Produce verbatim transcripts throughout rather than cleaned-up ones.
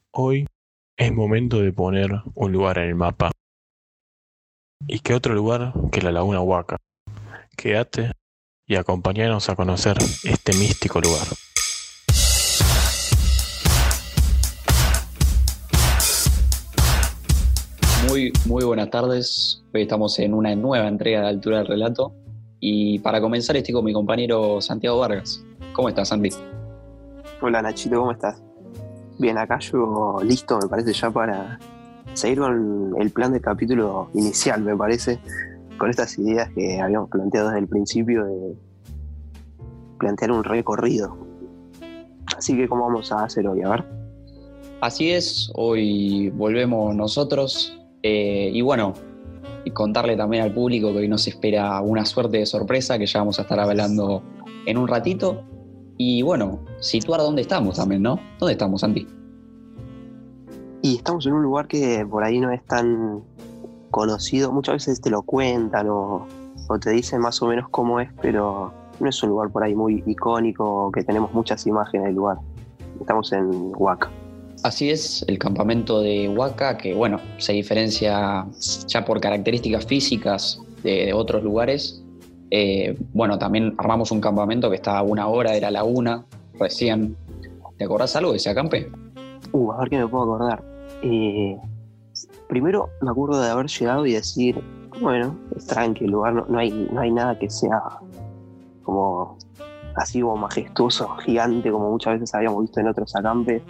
Hoy es momento de poner un lugar en el mapa. ¿Y qué otro lugar que la Laguna Huaca? Quédate y acompáñanos a conocer este místico lugar. Muy, muy buenas tardes. Hoy estamos en una nueva entrega de Altura del Relato. Y para comenzar estoy con mi compañero Santiago Vargas. ¿Cómo estás, Santi? Hola Nachito, ¿cómo estás? Bien, acá yo listo, me parece, ya para seguir con el plan de capítulo inicial, me parece, con estas ideas que habíamos planteado desde el principio de plantear un recorrido. Así que, ¿cómo vamos a hacer hoy? A ver. Así es, hoy volvemos nosotros. Eh, y bueno, y contarle también al público que hoy nos espera una suerte de sorpresa que ya vamos a estar hablando en un ratito. Y bueno, situar dónde estamos también, ¿no? ¿Dónde estamos, Santi? Y estamos en un lugar que por ahí no es tan conocido, muchas veces te lo cuentan o, o te dicen más o menos cómo es, pero no es un lugar por ahí muy icónico, que tenemos muchas imágenes del lugar. Estamos en Huaca. Así es, el campamento de Huaca, que bueno, se diferencia ya por características físicas de, de otros lugares. Eh, bueno, también armamos un campamento que está a una hora de la laguna, recién. ¿Te acordás algo de ese acampe? Uh, a ver qué me puedo acordar. Eh, primero me acuerdo de haber llegado y decir, bueno, es tranqui el lugar, no, no hay, no hay nada que sea como así como majestuoso, gigante, como muchas veces habíamos visto en otros acampes,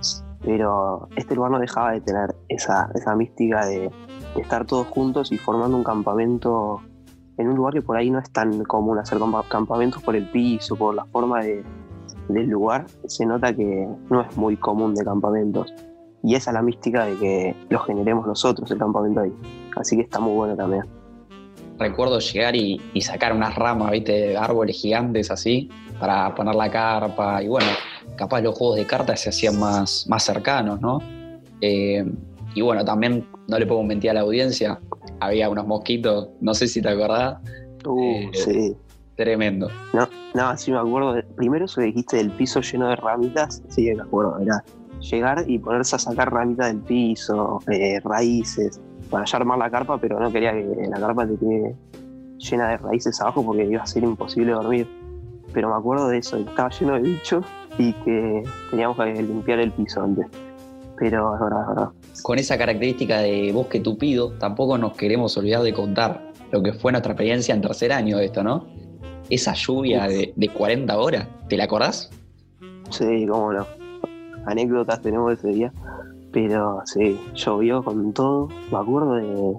pero este lugar no dejaba de tener esa, esa mística de, de estar todos juntos y formando un campamento en un lugar que por ahí no es tan común hacer campamentos por el piso, por la forma de, del lugar. Se nota que no es muy común de campamentos. Y esa es la mística de que lo generemos nosotros, el campamento ahí. Así que está muy bueno también. Recuerdo llegar y, y sacar unas ramas, ¿viste? De árboles gigantes así, para poner la carpa. Y bueno, capaz los juegos de cartas se hacían más, más cercanos, ¿no? Eh, y bueno, también, no le puedo mentir a la audiencia, había unos mosquitos, no sé si te acordás. Uh, eh, sí. Tremendo. No, no, sí me acuerdo. De, primero eso que dijiste del piso lleno de ramitas, sí me acuerdo, era llegar y ponerse a sacar ramitas del piso, eh, raíces, para ya armar la carpa, pero no quería que la carpa te quede llena de raíces abajo porque iba a ser imposible dormir. Pero me acuerdo de eso, que estaba lleno de bichos y que teníamos que limpiar el piso antes. Pero es verdad, es verdad. Con esa característica de bosque tupido, tampoco nos queremos olvidar de contar lo que fue nuestra experiencia en tercer año de esto, ¿no? Esa lluvia de, de cuarenta horas, ¿te la acordás? Sí, cómo no. Anécdotas tenemos de ese día. Pero sí, llovió con todo. Me acuerdo de,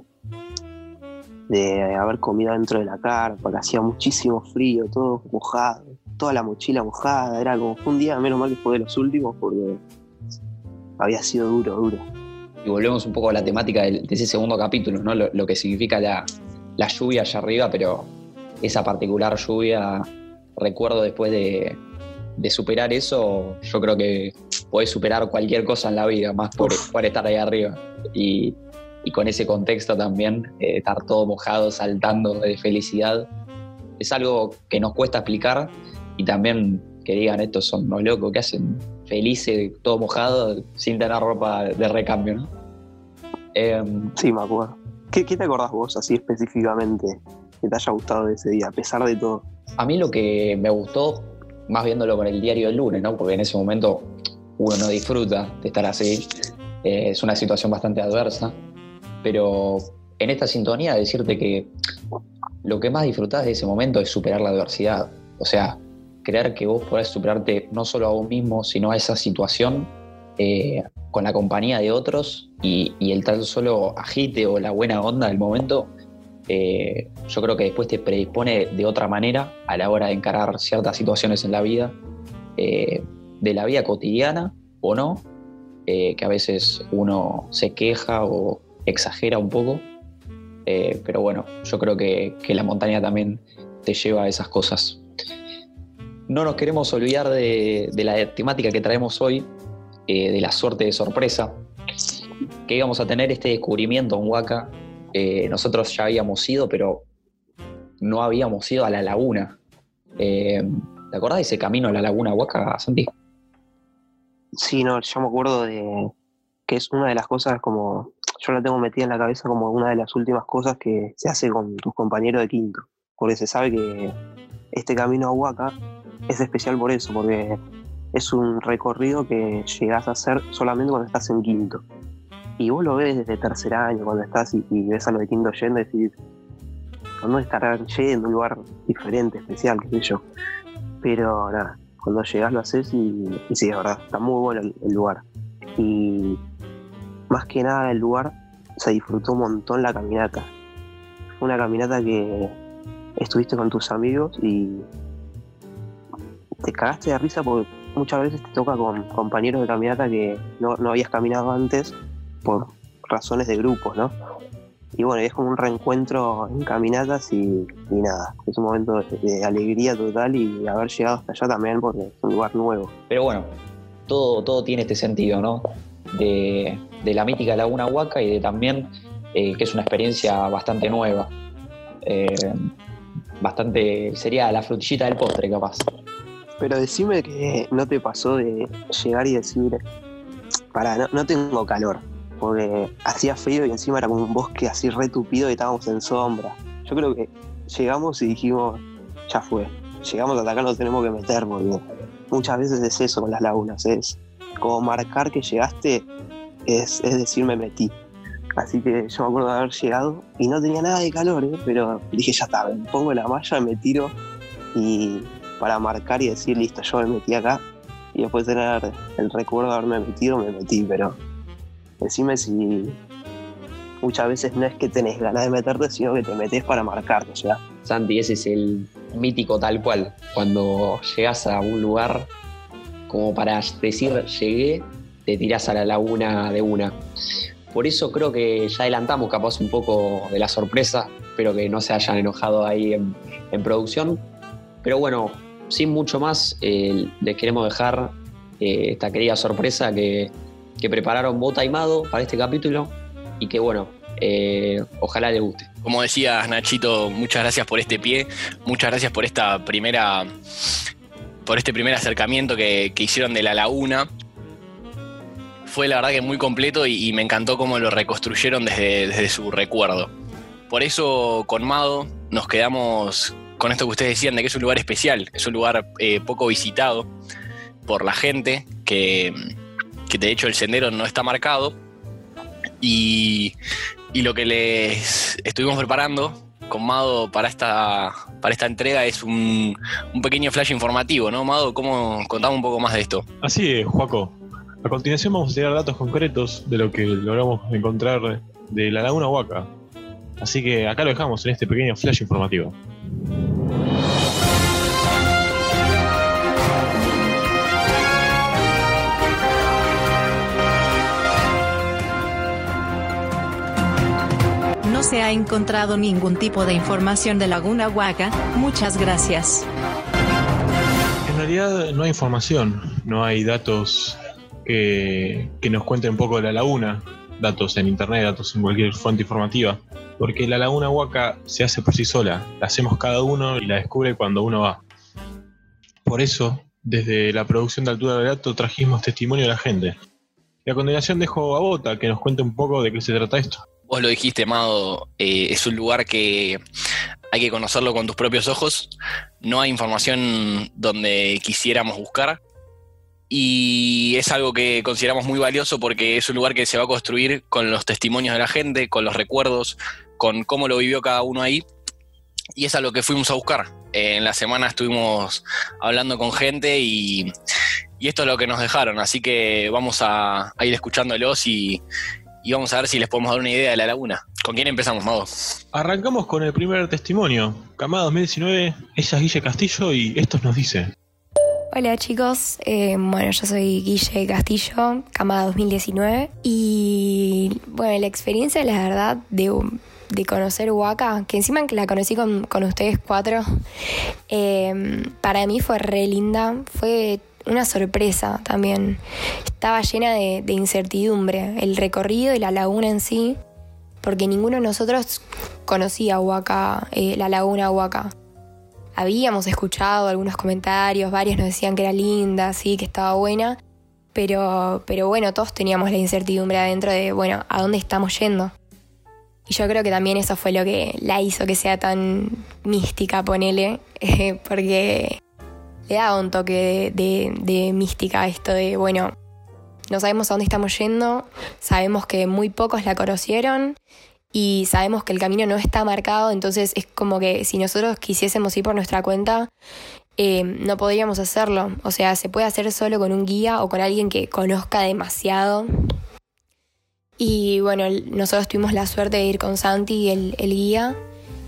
de haber comido dentro de la carpa, que hacía muchísimo frío, todo mojado, toda la mochila mojada. Era como un día, menos mal que fue de los últimos, porque había sido duro, duro. Y volvemos un poco a la temática de, de ese segundo capítulo, ¿no? Lo, lo que significa la, la lluvia allá arriba, pero esa particular lluvia, recuerdo después de, de superar eso, yo creo que podés superar cualquier cosa en la vida, más por, por estar ahí arriba. Y, y con ese contexto también, eh, estar todo mojado, saltando de felicidad, es algo que nos cuesta explicar. Y también que digan, estos son los locos que hacen felices, todo mojado, sin tener ropa de recambio, ¿no? Eh, Sí, me acuerdo. ¿Qué, ¿Qué te acordás vos así específicamente que te haya gustado de ese día, a pesar de todo? A mí lo que me gustó, más viéndolo con el diario del lunes, ¿no? Porque en ese momento uno no disfruta de estar así, eh, es una situación bastante adversa, pero en esta sintonía decirte que lo que más disfrutás de ese momento es superar la adversidad. O sea, creer que vos podés superarte no solo a vos mismo, sino a esa situación, eh, con la compañía de otros y, y el tan solo agite o la buena onda del momento. Eh, yo creo que después te predispone de otra manera a la hora de encarar ciertas situaciones en la vida, eh, de la vida cotidiana o no, eh, que a veces uno se queja o exagera un poco, eh, pero bueno, yo creo que, que la montaña también te lleva a esas cosas. No nos queremos olvidar de, de la temática que traemos hoy, eh, de la suerte de sorpresa, que íbamos a tener este descubrimiento en Huaca. Eh, nosotros ya habíamos ido, pero no habíamos ido a la laguna. Eh, ¿Te acordás de ese camino a la laguna Huaca, Santi? Sí, no, yo me acuerdo de, que es una de las cosas como, yo la tengo metida en la cabeza como una de las últimas cosas que se hace con tus compañeros de quinto, porque se sabe que este camino a Huaca es especial por eso, porque es un recorrido que llegás a hacer solamente cuando estás en quinto. Y vos lo ves desde tercer año, cuando estás y, y ves a los de quinto yendo y decís, ¿dónde estarán yendo? Un lugar diferente, especial, qué sé yo. Pero nada, cuando llegás lo haces y, y sí, es verdad, está muy bueno el, el lugar. Y más que nada el lugar se disfrutó un montón la caminata. Fue una caminata que estuviste con tus amigos y te cagaste de risa porque muchas veces te toca con compañeros de caminata que no, no habías caminado antes por razones de grupos, ¿no? Y bueno, es como un reencuentro en caminatas y, y nada, es un momento de, de alegría total y de haber llegado hasta allá también porque es un lugar nuevo. Pero bueno, todo, todo tiene este sentido, ¿no? De, de la mítica Laguna Huaca y de también eh, que es una experiencia bastante nueva. Eh, bastante, sería la frutillita del postre, capaz. Pero decime que no te pasó de llegar y decir, pará, no, no tengo calor, porque hacía frío y encima era como un bosque así retupido y estábamos en sombra. Yo creo que llegamos y dijimos, ya fue, llegamos hasta acá, nos tenemos que meter, porque muchas veces es eso con las lagunas, es como marcar que llegaste, es, es decir, me metí. Así que yo me acuerdo de haber llegado y no tenía nada de calor, ¿eh? Pero dije, ya está, me pongo la malla, me tiro y para marcar y decir, listo, yo me metí acá. Y después de tener el recuerdo de haberme metido, me metí, pero decime si muchas veces no es que tenés ganas de meterte, sino que te metés para marcarte, ¿ya? Santi, ese es el mítico tal cual. Cuando llegás a un lugar como para decir llegué, te tirás a la laguna de una. Por eso creo que ya adelantamos capaz un poco de la sorpresa. Espero que no se hayan enojado ahí en, en producción. Pero bueno, sin mucho más, eh, les queremos dejar eh, esta querida sorpresa que, que prepararon Bota y Mado para este capítulo y que bueno, eh, ojalá les guste. Como decías, Nachito, muchas gracias por este pie, muchas gracias por esta primera, por este primer acercamiento que, que hicieron de la laguna. Fue la verdad que muy completo y, y me encantó cómo lo reconstruyeron desde, desde su recuerdo. Por eso con Mado nos quedamos con esto que ustedes decían de que es un lugar especial, es un lugar eh, poco visitado por la gente, que, que de hecho el sendero no está marcado y, y lo que les estuvimos preparando con Mado para esta, para esta entrega es un, un pequeño flash informativo, ¿no, Mado? ¿Cómo contamos un poco más de esto? Así es, Joaco. A continuación vamos a tirar datos concretos de lo que logramos encontrar de la Laguna Huaca. Así que acá lo dejamos en este pequeño flash informativo. No se ha encontrado ningún tipo de información de Laguna Huaca. Muchas gracias. En realidad no hay información, no hay datos que, que nos cuenten un poco de la laguna, datos en internet, datos en cualquier fuente informativa, porque la Laguna Huaca se hace por sí sola, la hacemos cada uno y la descubre cuando uno va. Por eso, desde la producción de Altura del Dato trajimos testimonio de la gente. Y a continuación dejo a Bota que nos cuente un poco de qué se trata esto. Vos lo dijiste, Amado, eh, es un lugar que hay que conocerlo con tus propios ojos. No hay información donde quisiéramos buscar. Y es algo que consideramos muy valioso porque es un lugar que se va a construir con los testimonios de la gente, con los recuerdos, con cómo lo vivió cada uno ahí. Y es algo que fuimos a buscar. Eh, en la semana estuvimos hablando con gente y, y esto es lo que nos dejaron. Así que vamos a, a ir escuchándolos y, y vamos a ver si les podemos dar una idea de la laguna. ¿Con quién empezamos, Mado? Arrancamos con el primer testimonio. Camada dos mil diecinueve, ella es Guille Castillo y esto nos dice... Hola chicos, eh, bueno yo soy Guille Castillo, Camada dos mil diecinueve y bueno la experiencia la verdad de, de conocer Huaca, que encima que la conocí con, con ustedes cuatro, eh, para mí fue re linda, fue una sorpresa también, estaba llena de, de incertidumbre, el recorrido y la laguna en sí, porque ninguno de nosotros conocía Huaca, eh, la laguna Huaca. Habíamos escuchado algunos comentarios, varios nos decían que era linda, sí, que estaba buena, pero, pero bueno, todos teníamos la incertidumbre adentro de, bueno, ¿a dónde estamos yendo? Y yo creo que también eso fue lo que la hizo que sea tan mística, ponele, eh, porque le da un toque de, de, de mística a esto de, bueno, no sabemos a dónde estamos yendo, sabemos que muy pocos la conocieron y sabemos que el camino no está marcado, entonces es como que si nosotros quisiésemos ir por nuestra cuenta, eh, no podríamos hacerlo. O sea, se puede hacer solo con un guía o con alguien que conozca demasiado. Y bueno, nosotros tuvimos la suerte de ir con Santi, el, el guía.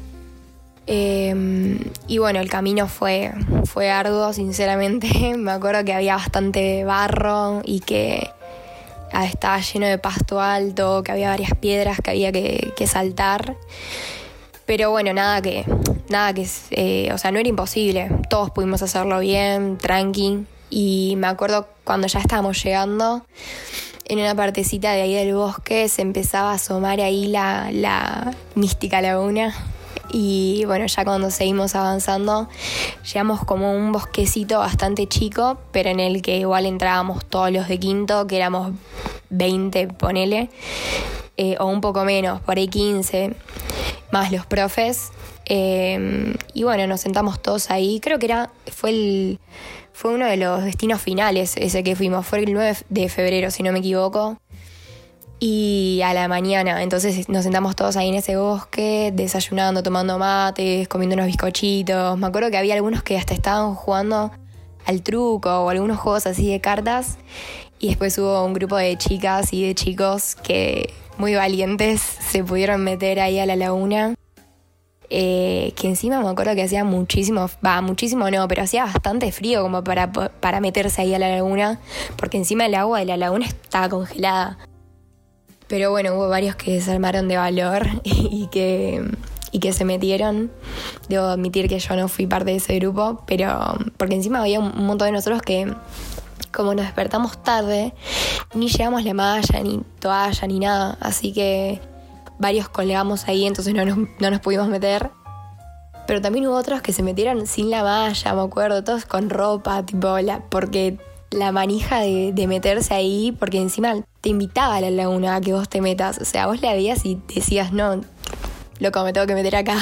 Eh, y bueno, el camino fue, fue arduo, sinceramente. Me acuerdo que había bastante barro y que estaba lleno de pasto alto, que había varias piedras que había que, que saltar. Pero bueno, nada que, nada que eh, o sea, no era imposible. Todos pudimos hacerlo bien, tranqui. Y me acuerdo cuando ya estábamos llegando, en una partecita de ahí del bosque se empezaba a asomar ahí la, la mística laguna. Y bueno, ya cuando seguimos avanzando, llegamos como a un bosquecito bastante chico, pero en el que igual entrábamos todos los de quinto, que éramos veinte, ponele, eh, o un poco menos, por ahí quince, más los profes. Eh, y bueno, nos sentamos todos ahí. Creo que era fue el fue uno de los destinos finales ese que fuimos. Fue el nueve de febrero, si no me equivoco. Y a la mañana, entonces nos sentamos todos ahí en ese bosque, desayunando, tomando mates, comiendo unos bizcochitos. Me acuerdo que había algunos que hasta estaban jugando al truco o algunos juegos así de cartas. Y después hubo un grupo de chicas y de chicos que, muy valientes, se pudieron meter ahí a la laguna. Eh, que encima me acuerdo que hacía muchísimo, va, muchísimo no, pero hacía bastante frío como para, para meterse ahí a la laguna, porque encima el agua de la laguna estaba congelada. Pero bueno, hubo varios que se armaron de valor y que, y que se metieron. Debo admitir que yo no fui parte de ese grupo, pero porque encima había un montón de nosotros que, como nos despertamos tarde, ni llevamos la malla, ni toalla, ni nada. Así que varios colgamos ahí, entonces no nos, no nos pudimos meter. Pero también hubo otros que se metieron sin la malla, me acuerdo, todos con ropa, tipo, la, porque la manija de, de meterse ahí, porque encima te invitaba a la laguna a que vos te metas. O sea, vos la veías y decías, no, loco, me tengo que meter acá.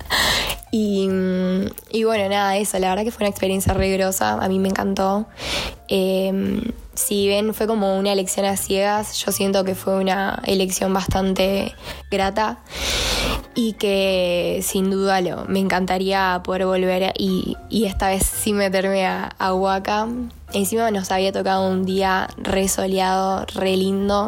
y, y bueno, nada, eso, la verdad que fue una experiencia re grosa, a mí me encantó. Eh, si bien fue como una elección a ciegas, yo siento que fue una elección bastante grata y que sin duda lo, me encantaría poder volver y, y esta vez sí meterme a, a Huaca. Encima nos había tocado un día re soleado, re lindo.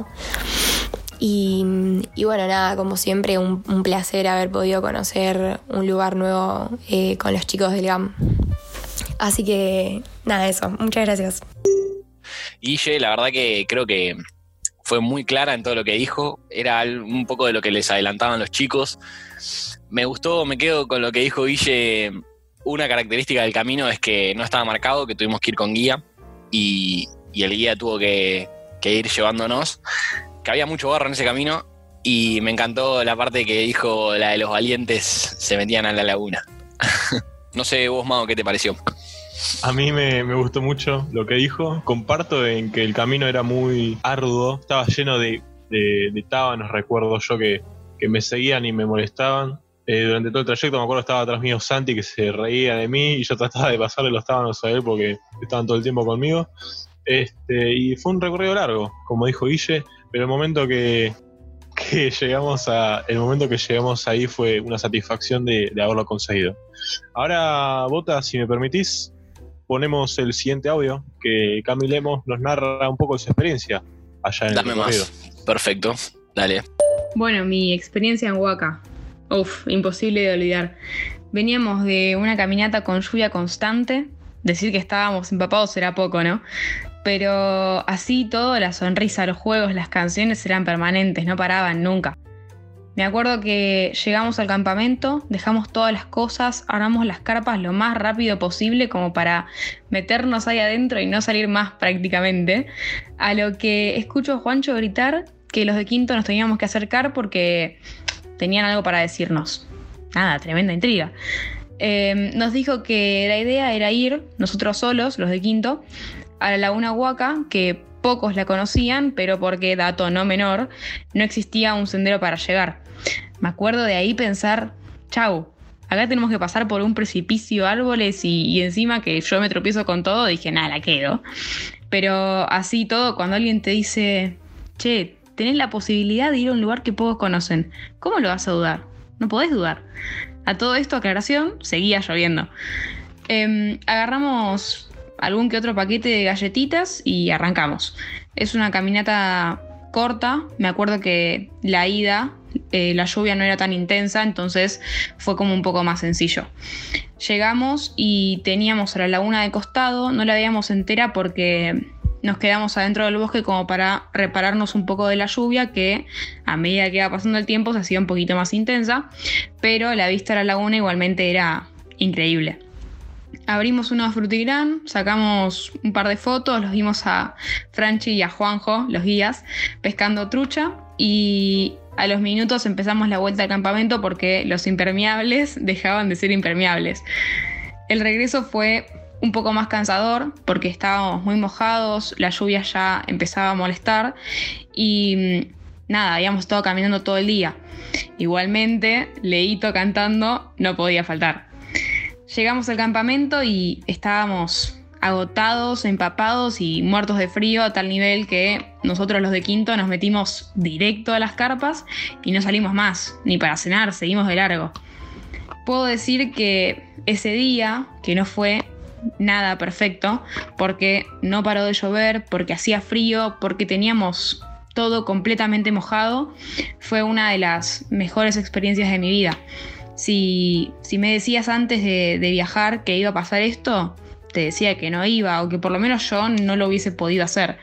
Y, y bueno, nada, como siempre, un, un placer haber podido conocer un lugar nuevo eh, con los chicos del G A M. Así que nada, eso. Muchas gracias. Guille, la verdad que creo que fue muy clara en todo lo que dijo. Era un poco de lo que les adelantaban los chicos. Me gustó, me quedo con lo que dijo Guille. Una característica del camino es que no estaba marcado, que tuvimos que ir con guía. Y, y el guía tuvo que, que ir llevándonos, que había mucho barro en ese camino, y me encantó la parte que dijo, la de los valientes se metían a la laguna. No sé vos, Mago, ¿qué te pareció? A mí me, me gustó mucho lo que dijo. Comparto en que el camino era muy arduo, estaba lleno de, de, de tábanos, recuerdo yo, que, que me seguían y me molestaban. Eh, durante todo el trayecto me acuerdo estaba atrás mío Santi, que se reía de mí y yo trataba de pasarle los tábanos a él porque estaban todo el tiempo conmigo. Este, y fue un recorrido largo, como dijo Guille, pero el momento que, que llegamos a, el momento que llegamos ahí fue una satisfacción de, de haberlo conseguido. Ahora, Bota, si me permitís, ponemos el siguiente audio, que Cami Lemos nos narra un poco de su experiencia allá en Dame el recorrido. Más. Perfecto, dale. Bueno, mi experiencia en Huaca. Uf, imposible de olvidar. Veníamos de una caminata con lluvia constante. Decir que estábamos empapados era poco, ¿no? Pero así todo, la sonrisa, los juegos, las canciones eran permanentes, no paraban nunca. Me acuerdo que llegamos al campamento, dejamos todas las cosas, armamos las carpas lo más rápido posible como para meternos ahí adentro y no salir más prácticamente. A lo que escucho a Juancho gritar que los de quinto nos teníamos que acercar porque tenían algo para decirnos. Nada, tremenda intriga. Eh, nos dijo que la idea era ir, nosotros solos, los de quinto, a la laguna Huaca, que pocos la conocían, pero porque, dato no menor, no existía un sendero para llegar. Me acuerdo de ahí pensar, chau, acá tenemos que pasar por un precipicio, árboles y, y encima que yo me tropiezo con todo, dije, nada, la quedo. Pero así todo, cuando alguien te dice, che, tenés la posibilidad de ir a un lugar que pocos conocen, ¿cómo lo vas a dudar? No podés dudar. A todo esto, aclaración, seguía lloviendo. Eh, agarramos algún que otro paquete de galletitas y arrancamos. Es una caminata corta, me acuerdo que la ida, eh, la lluvia no era tan intensa, entonces fue como un poco más sencillo. Llegamos y teníamos a la laguna de costado, no la veíamos entera porque nos quedamos adentro del bosque como para repararnos un poco de la lluvia, que a medida que iba pasando el tiempo se hacía un poquito más intensa, pero la vista a la laguna igualmente era increíble. Abrimos unos frutigrán, sacamos un par de fotos, los vimos a Franchi y a Juanjo, los guías, pescando trucha, y a los minutos empezamos la vuelta al campamento porque los impermeables dejaban de ser impermeables. El regreso fue un poco más cansador porque estábamos muy mojados, la lluvia ya empezaba a molestar y nada, habíamos estado caminando todo el día. Igualmente, Leito cantando no podía faltar. Llegamos al campamento y estábamos agotados, empapados y muertos de frío a tal nivel que nosotros los de quinto nos metimos directo a las carpas y no salimos más, ni para cenar, seguimos de largo. Puedo decir que ese día, que no fue nada perfecto, porque no paró de llover, porque hacía frío, porque teníamos todo completamente mojado, fue una de las mejores experiencias de mi vida. Si, si me decías antes de, de viajar que iba a pasar esto, te decía que no iba, o que por lo menos yo no lo hubiese podido hacer.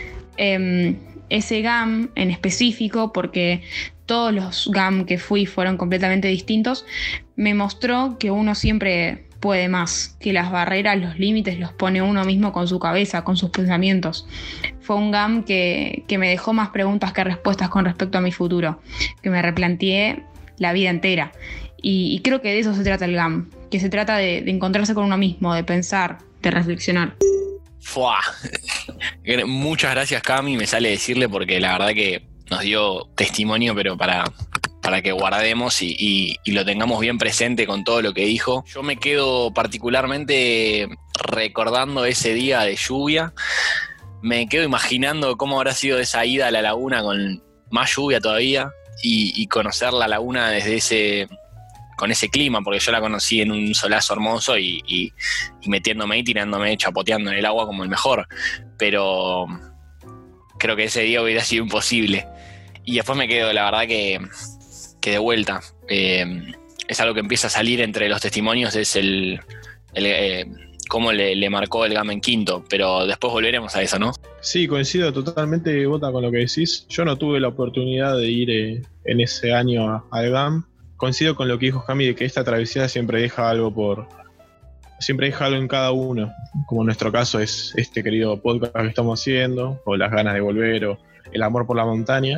Eh, ese G A M en específico, porque todos los G A M que fui fueron completamente distintos, me mostró que uno siempre puede más, que las barreras, los límites los pone uno mismo con su cabeza, con sus pensamientos. Fue un G A M que, que me dejó más preguntas que respuestas con respecto a mi futuro, que me replanteé la vida entera. Y, y creo que de eso se trata el G A M, que se trata de, de encontrarse con uno mismo, de pensar, de reflexionar. ¡Fua! Muchas gracias, Cami, me sale decirle porque la verdad que nos dio testimonio, pero para, para que guardemos y, y, y lo tengamos bien presente con todo lo que dijo. Yo me quedo particularmente recordando ese día de lluvia, me quedo imaginando cómo habrá sido esa ida a la laguna con más lluvia todavía y, y conocer la laguna desde ese... con ese clima, porque yo la conocí en un solazo hermoso y, y, y metiéndome y tirándome, chapoteando en el agua como el mejor, pero creo que ese día hubiera sido imposible. Y después me quedo, la verdad que, que de vuelta, eh, es algo que empieza a salir entre los testimonios, es el, el eh, cómo le, le marcó el G A M en quinto, pero después volveremos a eso, ¿no? Sí, coincido totalmente, Bota, con lo que decís. Yo no tuve la oportunidad de ir eh, en ese año al G A M. Coincido con lo que dijo Cami de que esta travesía siempre deja algo por siempre deja algo en cada uno, como en nuestro caso es este querido podcast que estamos haciendo, o las ganas de volver, o el amor por la montaña,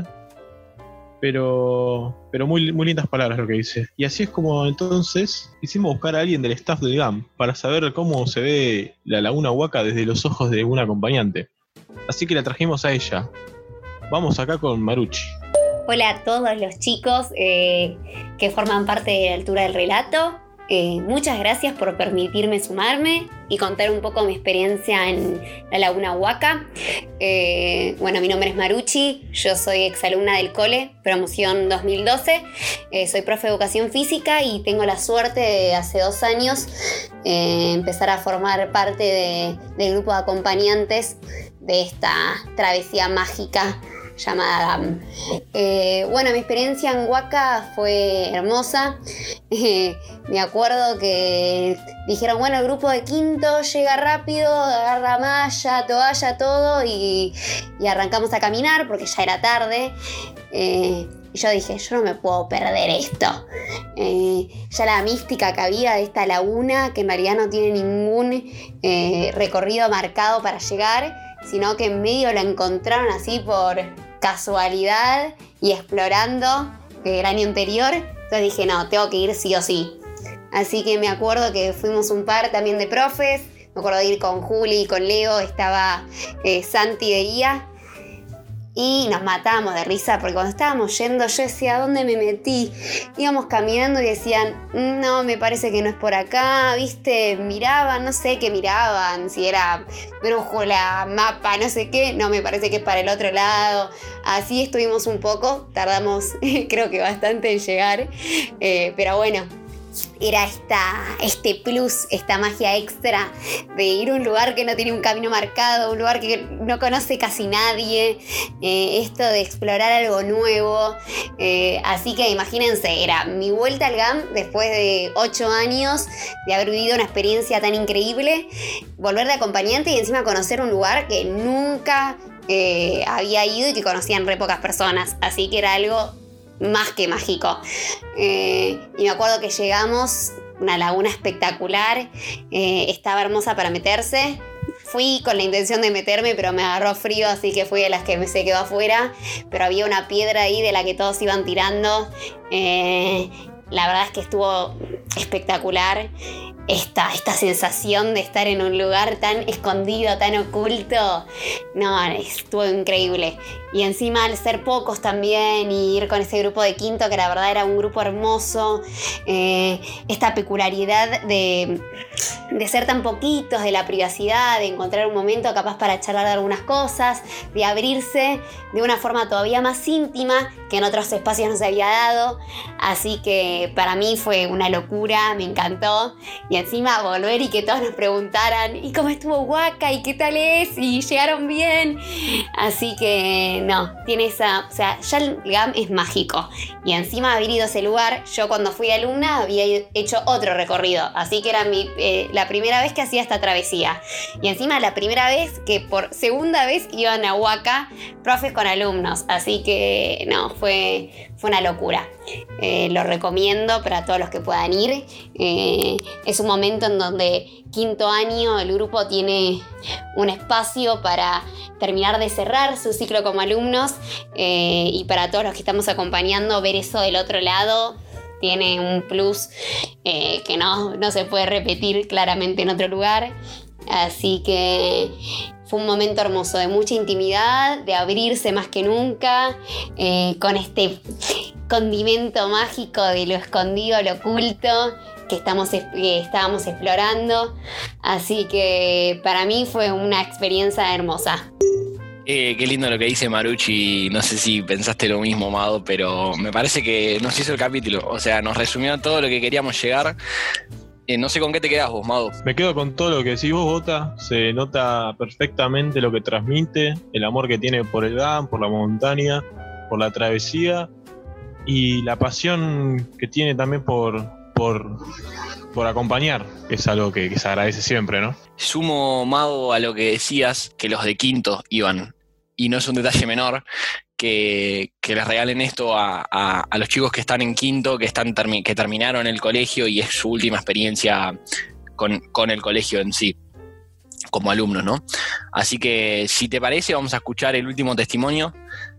pero pero muy, muy lindas palabras lo que dice. Y así es como entonces quisimos buscar a alguien del staff del G A M para saber cómo se ve la Laguna Huaca desde los ojos de un acompañante, así que la trajimos a ella. Vamos acá con Maruchi. Hola a todos los chicos eh, que forman parte de la altura del relato. Eh, muchas gracias por permitirme sumarme y contar un poco mi experiencia en la Laguna Huaca. Eh, bueno, mi nombre es Maruchi, yo soy exalumna del cole, promoción dos mil doce. Eh, soy profe de educación física y tengo la suerte de hace dos años eh, empezar a formar parte de, del grupo de acompañantes de esta travesía mágica llamada G A M. Eh, bueno, mi experiencia en Huaca fue hermosa. Eh, me acuerdo que dijeron, bueno, el grupo de quinto llega rápido, agarra malla, toalla, todo, y, y arrancamos a caminar porque ya era tarde. Eh, y yo dije, yo no me puedo perder esto. Eh, ya la mística que había de esta laguna, que en realidad no tiene ningún eh, recorrido marcado para llegar, sino que en medio la encontraron así por casualidad y explorando el año anterior. Entonces dije, no, tengo que ir sí o sí. Así que me acuerdo que fuimos un par también de profes, me acuerdo de ir con Juli, con Leo, estaba eh, Santi de guía. Y nos matábamos de risa porque cuando estábamos yendo yo decía, ¿a dónde me metí? Íbamos caminando y decían, no, me parece que no es por acá, ¿viste? Miraban, no sé qué miraban, si era brújula, mapa, no sé qué. No, me parece que es para el otro lado. Así estuvimos un poco, tardamos creo que bastante en llegar, eh, pero bueno. Era esta, este plus, esta magia extra de ir a un lugar que no tiene un camino marcado, un lugar que no conoce casi nadie, eh, esto de explorar algo nuevo. Eh, así que imagínense, era mi vuelta al G A M después de ocho años de haber vivido una experiencia tan increíble, volver de acompañante y encima conocer un lugar que nunca eh, había ido y que conocían re pocas personas. Así que era algo más que mágico. Eh, y me acuerdo que llegamos, una laguna espectacular, eh, estaba hermosa para meterse. Fui con la intención de meterme, pero me agarró frío, así que fui de las que me se quedó afuera. Pero había una piedra ahí de la que todos iban tirando. Eh, la verdad es que estuvo espectacular. Esta, esta sensación de estar en un lugar tan escondido, tan oculto, no, estuvo increíble. Y encima al ser pocos también y ir con ese grupo de quinto, que la verdad era un grupo hermoso, eh, esta peculiaridad de, de ser tan poquitos, de la privacidad, de encontrar un momento capaz para charlar de algunas cosas, de abrirse de una forma todavía más íntima que en otros espacios no se había dado. Así que para mí fue una locura, me encantó. Y encima volver y que todos nos preguntaran ¿y cómo estuvo Huaca? ¿Y qué tal es? ¿Y llegaron bien? Así que no, tiene esa... O sea, ya el G A M es mágico. Y encima haber ido a ese lugar, yo cuando fui alumna había hecho otro recorrido. Así que era mi, eh, la primera vez que hacía esta travesía. Y encima la primera vez que por segunda vez iban a Huaca profes con alumnos. Así que no, fue, fue una locura. Eh, lo recomiendo para todos los que puedan ir. Eh, es un momento en donde quinto año el grupo tiene un espacio para terminar de cerrar su ciclo como alumnos, eh, y para todos los que estamos acompañando ver eso del otro lado tiene un plus eh, que no, no se puede repetir claramente en otro lugar. Así que fue un momento hermoso, de mucha intimidad, de abrirse más que nunca, eh, con este condimento mágico de lo escondido, lo oculto, que, estamos, que estábamos explorando. Así que para mí fue una experiencia hermosa. Eh, qué lindo lo que dice Marucci. No sé si pensaste lo mismo, Mado, pero me parece que nos hizo el capítulo. O sea, nos resumió todo lo que queríamos llegar. Eh, no sé con qué te quedás vos, Mado. Me quedo con todo lo que decís vos, Bota. Se nota perfectamente lo que transmite, el amor que tiene por el G A M, por la montaña, por la travesía y la pasión que tiene también por, por, por acompañar, que es algo que, que se agradece siempre, ¿no? Sumo, Mado, a lo que decías, que los de quinto iban, y no es un detalle menor, que, que les regalen esto a, a, a los chicos que están en quinto, que, están termi- que terminaron el colegio y es su última experiencia con, con el colegio en sí, como alumnos, ¿no? Así que, si te parece, vamos a escuchar el último testimonio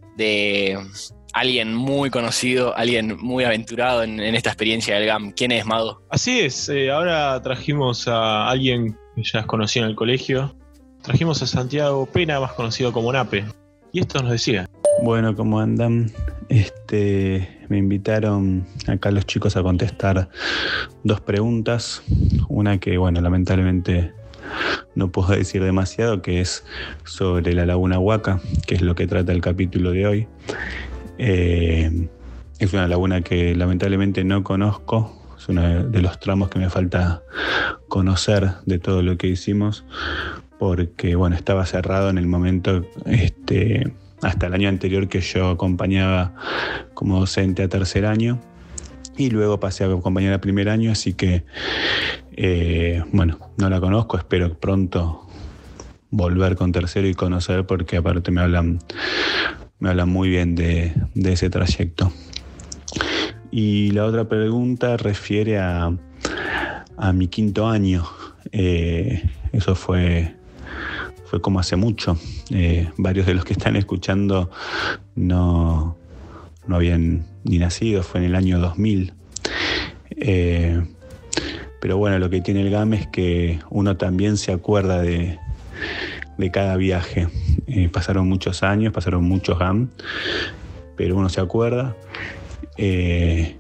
de alguien muy conocido, alguien muy aventurado en, en esta experiencia del G A M. ¿Quién es, Mado? Así es, eh, ahora trajimos a alguien que ya es conocido en el colegio. Trajimos a Santiago Pena, más conocido como Nape. Y esto nos decía. Bueno, ¿cómo andan? Este, me invitaron acá los chicos a contestar dos preguntas. Una que, bueno, lamentablemente no puedo decir demasiado, que es sobre la laguna Huaca, que es lo que trata el capítulo de hoy. Eh, es una laguna que lamentablemente no conozco. Es uno de los tramos que me falta conocer de todo lo que hicimos, porque bueno, estaba cerrado en el momento, este, hasta el año anterior que yo acompañaba como docente a tercer año, y luego pasé a acompañar a primer año, así que eh, bueno, no la conozco, espero pronto volver con tercero y conocer, porque aparte me hablan, me hablan muy bien de, de ese trayecto. Y la otra pregunta refiere a, a mi quinto año. Eh, eso fue, fue como hace mucho. Eh, varios de los que están escuchando no, no habían ni nacido, fue en el año dos mil. Eh, pero bueno, lo que tiene el G A M es que uno también se acuerda de, de cada viaje. Eh, pasaron muchos años, pasaron muchos G A M, pero uno se acuerda. Eh,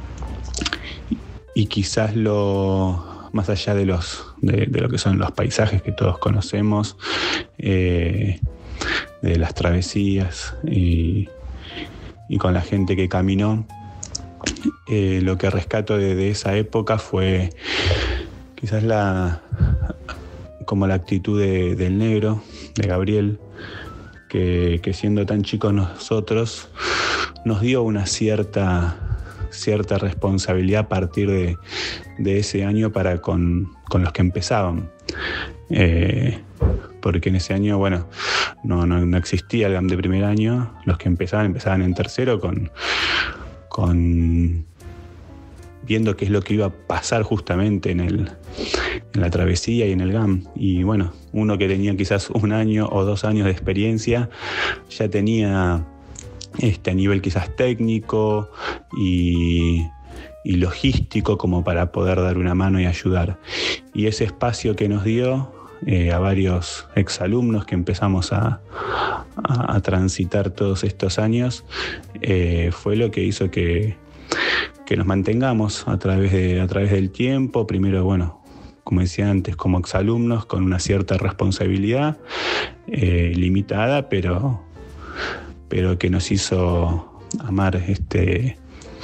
y quizás lo más allá de los de, de lo que son los paisajes que todos conocemos, eh, de las travesías y, y con la gente que caminó, eh, lo que rescato de, de esa época fue quizás la como la actitud de, del negro, de Gabriel, que, que siendo tan chicos nosotros nos dio una cierta cierta responsabilidad a partir de, de ese año para con, con los que empezaban. Eh, porque en ese año, bueno, no, no, no existía el G A M de primer año. Los que empezaban, empezaban en tercero con, con viendo qué es lo que iba a pasar justamente en, el, en la travesía y en el G A M. Y bueno, uno que tenía quizás un año o dos años de experiencia, ya tenía este, a nivel quizás técnico y, y logístico como para poder dar una mano y ayudar. Y ese espacio que nos dio eh, a varios exalumnos que empezamos a, a, a transitar todos estos años, eh, fue lo que hizo que, que nos mantengamos a través, de, a través del tiempo. Primero, bueno, como decía antes, como exalumnos, con una cierta responsabilidad eh, limitada, pero, pero que nos hizo amar este,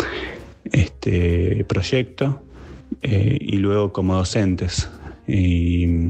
este proyecto, eh, y luego como docentes. Y,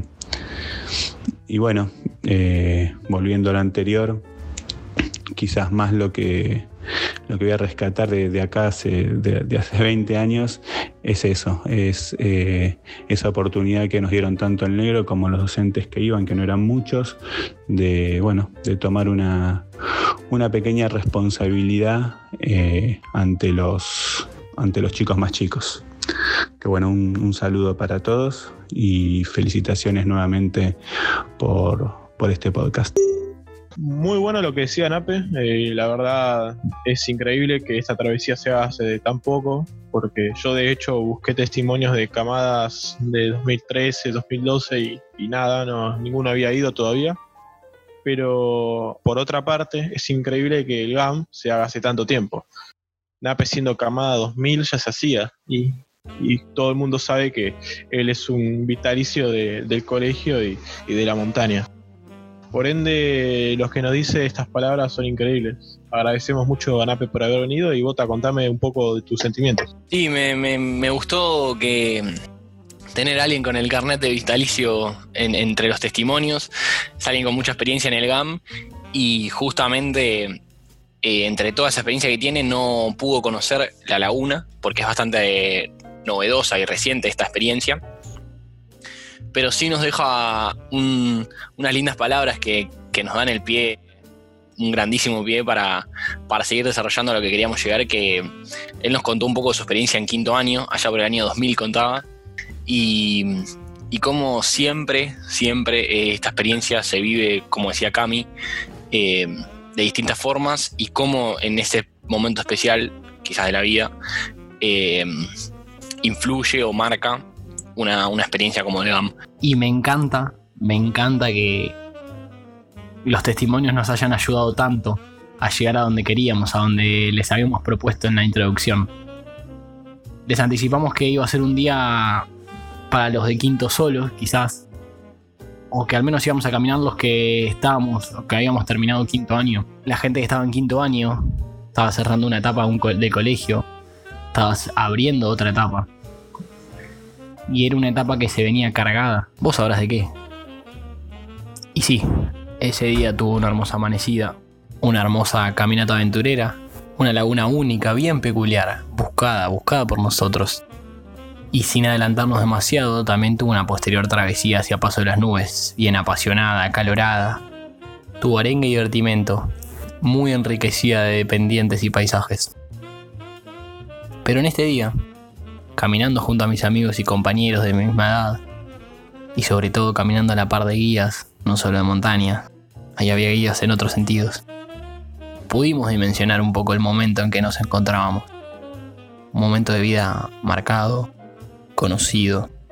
y bueno, eh, volviendo a lo anterior, quizás más lo que, lo que voy a rescatar de, de acá hace, de, de hace veinte años es eso, es eh, esa oportunidad que nos dieron tanto el negro como los docentes que iban, que no eran muchos, de, bueno, de tomar una, una pequeña responsabilidad eh, ante los, ante los chicos más chicos. Que bueno, un, un saludo para todos y felicitaciones nuevamente por, por este podcast. Muy bueno lo que decía Nape, eh, la verdad es increíble que esta travesía se haga hace tan poco, porque yo de hecho busqué testimonios de camadas de dos mil trece, dos mil doce y, y nada, no, ninguno había ido todavía. Pero por otra parte es increíble que el G A M se haga hace tanto tiempo. Nape siendo camada dos mil ya se hacía y, y todo el mundo sabe que él es un vitalicio de, del colegio y, y de la montaña. Por ende, los que nos dice estas palabras son increíbles. Agradecemos mucho a Nape por haber venido y Bota, contame un poco de tus sentimientos. Sí, me, me, me gustó que tener a alguien con el carnet de vitalicio en, entre los testimonios, es alguien con mucha experiencia en el G A M y justamente eh, entre toda esa experiencia que tiene no pudo conocer la laguna porque es bastante eh, novedosa y reciente esta experiencia. Pero sí nos deja un, unas lindas palabras que, que nos dan el pie, un grandísimo pie para, para seguir desarrollando lo que queríamos llegar, que él nos contó un poco de su experiencia en quinto año, allá por el año dos mil contaba, y, y cómo siempre, siempre eh, esta experiencia se vive, como decía Cami, eh, de distintas formas, y cómo en ese momento especial, quizás de la vida, eh, influye o marca Una, una experiencia como el G A M. Y me encanta, me encanta que los testimonios nos hayan ayudado tanto a llegar a donde queríamos, a donde les habíamos propuesto en la introducción. Les anticipamos que iba a ser un día para los de quinto solos, quizás, o que al menos íbamos a caminar los que estábamos, o que habíamos terminado quinto año. La gente que estaba en quinto año estaba cerrando una etapa de colegio, estaba abriendo otra etapa. Y era una etapa que se venía cargada. Vos sabrás de qué. Y sí, ese día tuvo una hermosa amanecida, una hermosa caminata aventurera, una laguna única, bien peculiar, buscada, buscada por nosotros. Y sin adelantarnos demasiado, también tuvo una posterior travesía hacia Paso de las Nubes, bien apasionada, acalorada. Tuvo arenga y divertimento, muy enriquecida de pendientes y paisajes. Pero en este día, caminando junto a mis amigos y compañeros de mi misma edad, y sobre todo caminando a la par de guías, no solo de montaña, ahí había guías en otros sentidos, pudimos dimensionar un poco el momento en que nos encontrábamos. Un momento de vida marcado, conocido,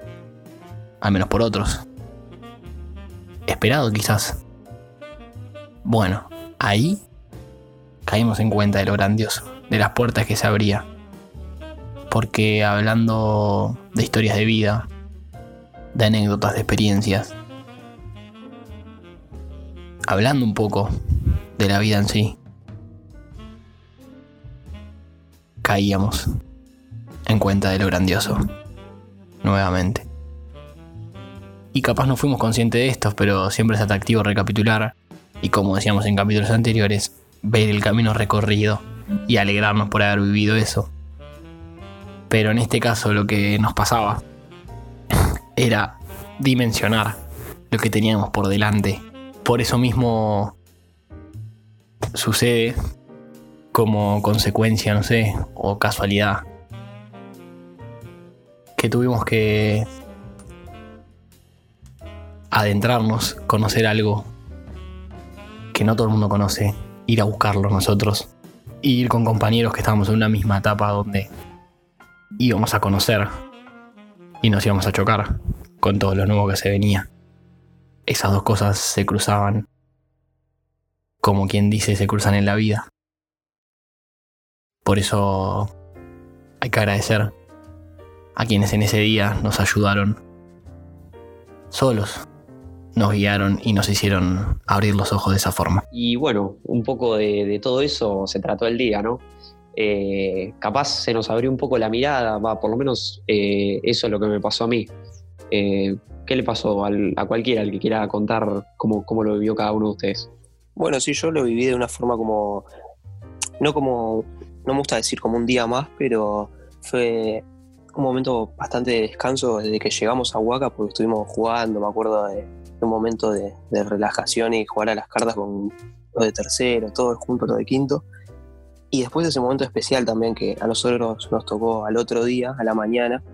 al menos por otros. Esperado quizás. Bueno, ahí caímos en cuenta de lo grandioso, de las puertas que se abría. Porque hablando de historias de vida, de anécdotas, de experiencias, hablando un poco de la vida en sí, caíamos en cuenta de lo grandioso, nuevamente. Y capaz no fuimos conscientes de esto, pero siempre es atractivo recapitular y, como decíamos en capítulos anteriores, ver el camino recorrido y alegrarnos por haber vivido eso. Pero en este caso lo que nos pasaba era dimensionar lo que teníamos por delante. Por eso mismo sucede como consecuencia, no sé, o casualidad, que tuvimos que adentrarnos, conocer algo que no todo el mundo conoce, ir a buscarlo nosotros, ir con compañeros que estábamos en una misma etapa donde íbamos a conocer y nos íbamos a chocar con todo lo nuevo que se venía. Esas dos cosas se cruzaban, como quien dice, se cruzan en la vida. Por eso hay que agradecer a quienes en ese día nos ayudaron, solos, nos guiaron y nos hicieron abrir los ojos de esa forma. Y bueno, un poco de, de todo eso se trató el día, ¿no? Eh, capaz se nos abrió un poco la mirada, va, por lo menos eh, eso es lo que me pasó a mí. Eh, ¿Qué le pasó al, a cualquiera, al que quiera contar cómo, cómo lo vivió cada uno de ustedes? Bueno, sí, yo lo viví de una forma como, no como, no me gusta decir como un día más, pero fue un momento bastante de descanso desde que llegamos a Huaca, porque estuvimos jugando, me acuerdo de, de un momento de, de relajación y jugar a las cartas con los de tercero, todos juntos, los de quinto. Y después de ese momento especial también que a nosotros nos tocó al otro día, a la mañana,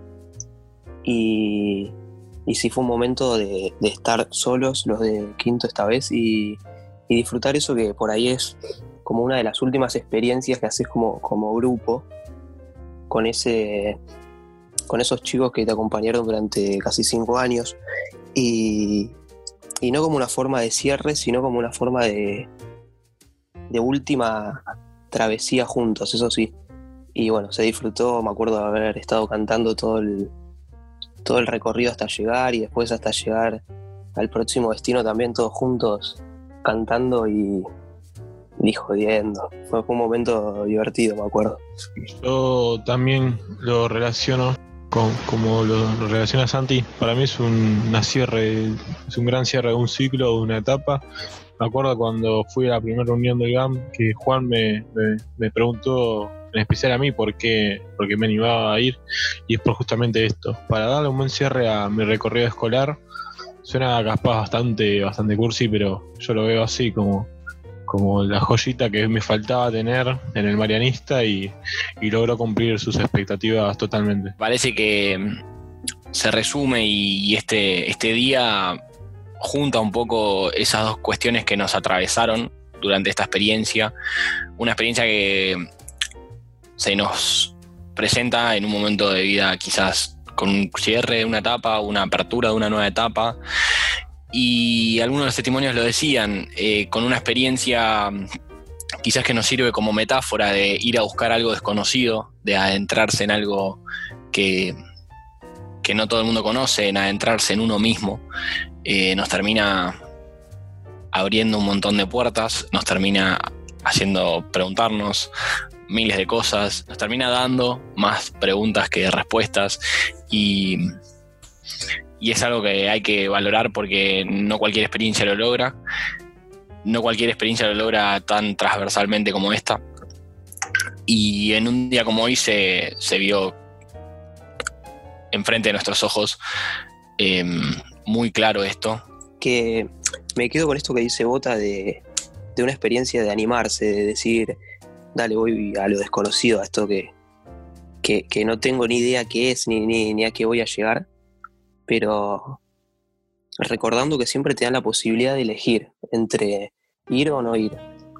y, y sí fue un momento de, de estar solos los de quinto esta vez y, y disfrutar eso que por ahí es como una de las últimas experiencias que haces como, como grupo con, ese, con esos chicos que te acompañaron durante casi cinco años y, y no como una forma de cierre, sino como una forma de, de última travesía juntos, eso sí. Y bueno, se disfrutó, me acuerdo de haber estado cantando todo el, todo el recorrido hasta llegar y después hasta llegar al próximo destino también todos juntos cantando y, y jodiendo. Fue, fue un momento divertido, me acuerdo. Yo también lo relaciono con, como lo, lo relaciona Santi. Para mí es un una cierre, es un gran cierre de un ciclo, de una etapa. Me acuerdo cuando fui a la primera reunión del G A M que Juan me, me, me preguntó, en especial a mí, por qué, por qué me animaba a ir, y es por justamente esto, para darle un buen cierre a mi recorrido escolar. Suena capaz bastante, bastante cursi, pero yo lo veo así como, como la joyita que me faltaba tener en el Marianista y, y logró cumplir sus expectativas totalmente. Parece que se resume y, y este, este día junta un poco esas dos cuestiones que nos atravesaron durante esta experiencia. Una experiencia que se nos presenta en un momento de vida quizás con un cierre de una etapa, una apertura de una nueva etapa. Y algunos de los testimonios lo decían, eh, con una experiencia quizás que nos sirve como metáfora de ir a buscar algo desconocido, de adentrarse en algo que, que no todo el mundo conoce, en adentrarse en uno mismo. Eh, nos termina abriendo un montón de puertas, nos termina haciendo preguntarnos miles de cosas, nos termina dando más preguntas que respuestas y, y es algo que hay que valorar porque no cualquier experiencia lo logra, no cualquier experiencia lo logra tan transversalmente como esta, y en un día como hoy se, se vio enfrente de nuestros ojos eh, muy claro esto. Que me quedo con esto que dice Bota de, de una experiencia de animarse, de decir, dale, voy a lo desconocido, a esto que, que, que no tengo ni idea qué es, ni, ni, ni a qué voy a llegar, pero recordando que siempre te dan la posibilidad de elegir entre ir o no ir.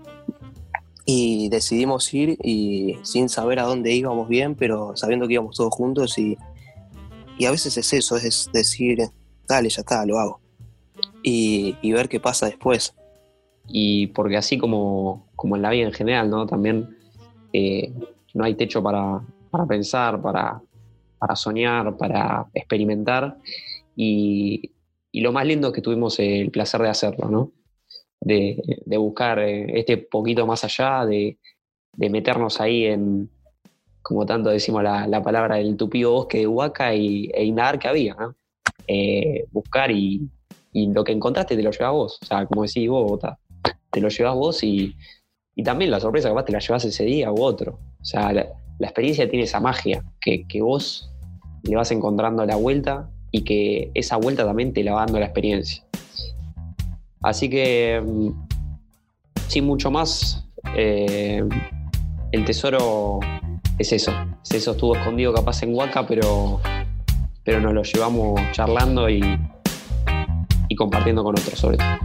Y decidimos ir y sin saber a dónde íbamos bien, pero sabiendo que íbamos todos juntos y, y a veces es eso, es decir, dale, ya está, lo hago. Y, y ver qué pasa después. Y porque así como, como en la vida en general, ¿no? También eh, no hay techo para, para pensar, para, para soñar, para experimentar. Y, y lo más lindo es que tuvimos el placer de hacerlo, ¿no? De, de buscar este poquito más allá, de, de meternos ahí en, como tanto decimos la, la palabra del tupido bosque de Huaca y, e indagar que había, ¿no? Eh, buscar y, y lo que encontraste te lo llevas vos. O sea, como decís vos, Bota, te lo llevas vos y, y también la sorpresa capaz te la llevas ese día u otro. O sea, la, la experiencia tiene esa magia que, que vos le vas encontrando la vuelta y que esa vuelta también te la va dando la experiencia. Así que, sin mucho más, eh, el tesoro es eso. Es eso, estuvo escondido capaz en Huaca, pero, pero nos lo llevamos charlando y, y compartiendo con otros sobre todo.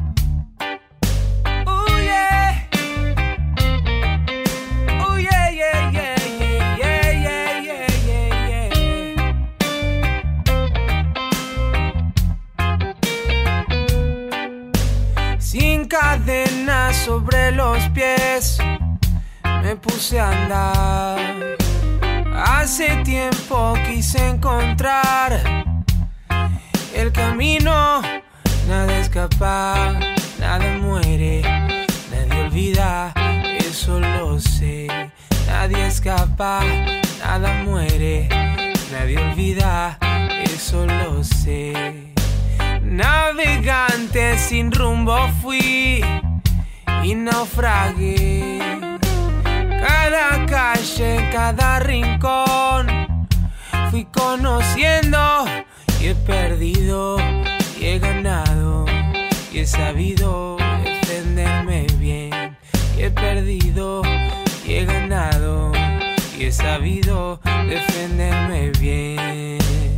Cadenas sobre los pies, me puse a andar. Hace tiempo quise encontrar el camino, nada escapa, nada muere, nadie olvida, eso lo sé. Nadie escapa, nada muere, nadie olvida, eso lo sé. Navegante sin rumbo fui y naufragué. Cada calle, cada rincón fui conociendo y he perdido y he ganado y he sabido defenderme bien. Y he perdido y he ganado y he sabido defenderme bien.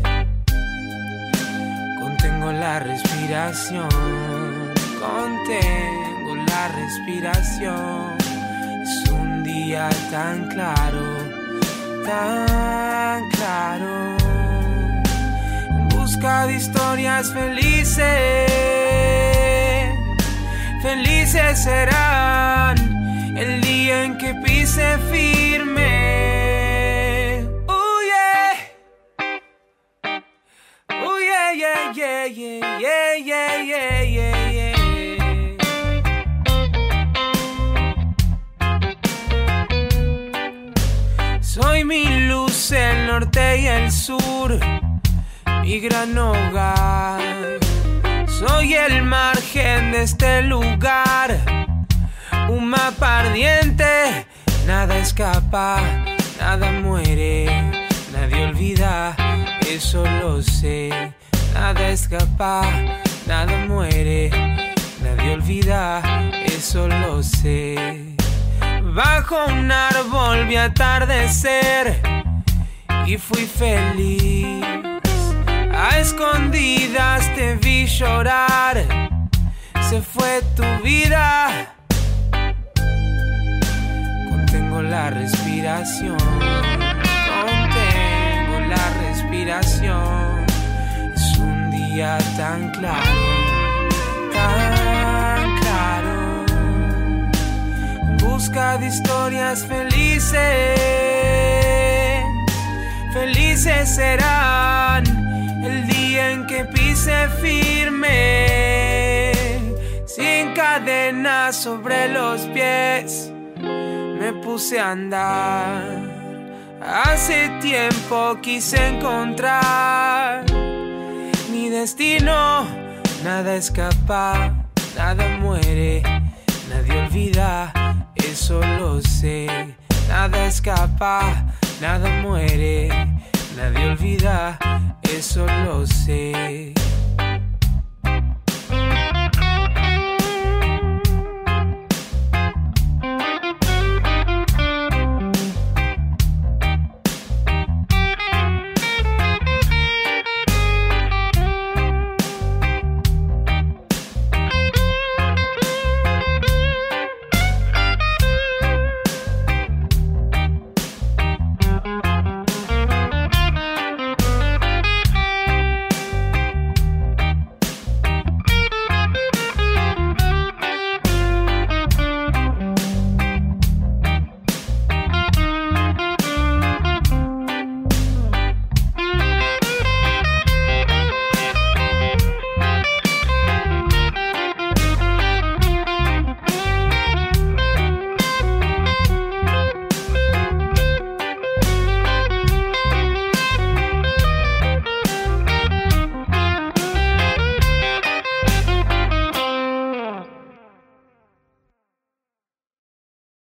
Contengo la respiración, contengo la respiración. Es un día tan claro, tan claro. En busca de historias felices, felices serán el día en que pise firme. Yeah, yeah, yeah, yeah, yeah, yeah, yeah, yeah. Soy mi luz, el norte y el sur, mi gran hogar. Soy el margen de este lugar, un mapa ardiente. Nada escapa, nada muere, nadie olvida, eso lo sé. Nada escapa, nada muere, nadie olvida, eso lo sé. Bajo un árbol vi atardecer y fui feliz. A escondidas te vi llorar, se fue tu vida. Contengo la respiración, contengo la respiración. Tan claro, tan claro. En busca de historias felices, felices serán el día en que pise firme. Sin cadenas sobre los pies, me puse a andar. Hace tiempo quise encontrar mi destino, nada escapa, nada muere, nadie olvida, eso lo sé. Nada escapa, nada muere, nadie olvida, eso lo sé.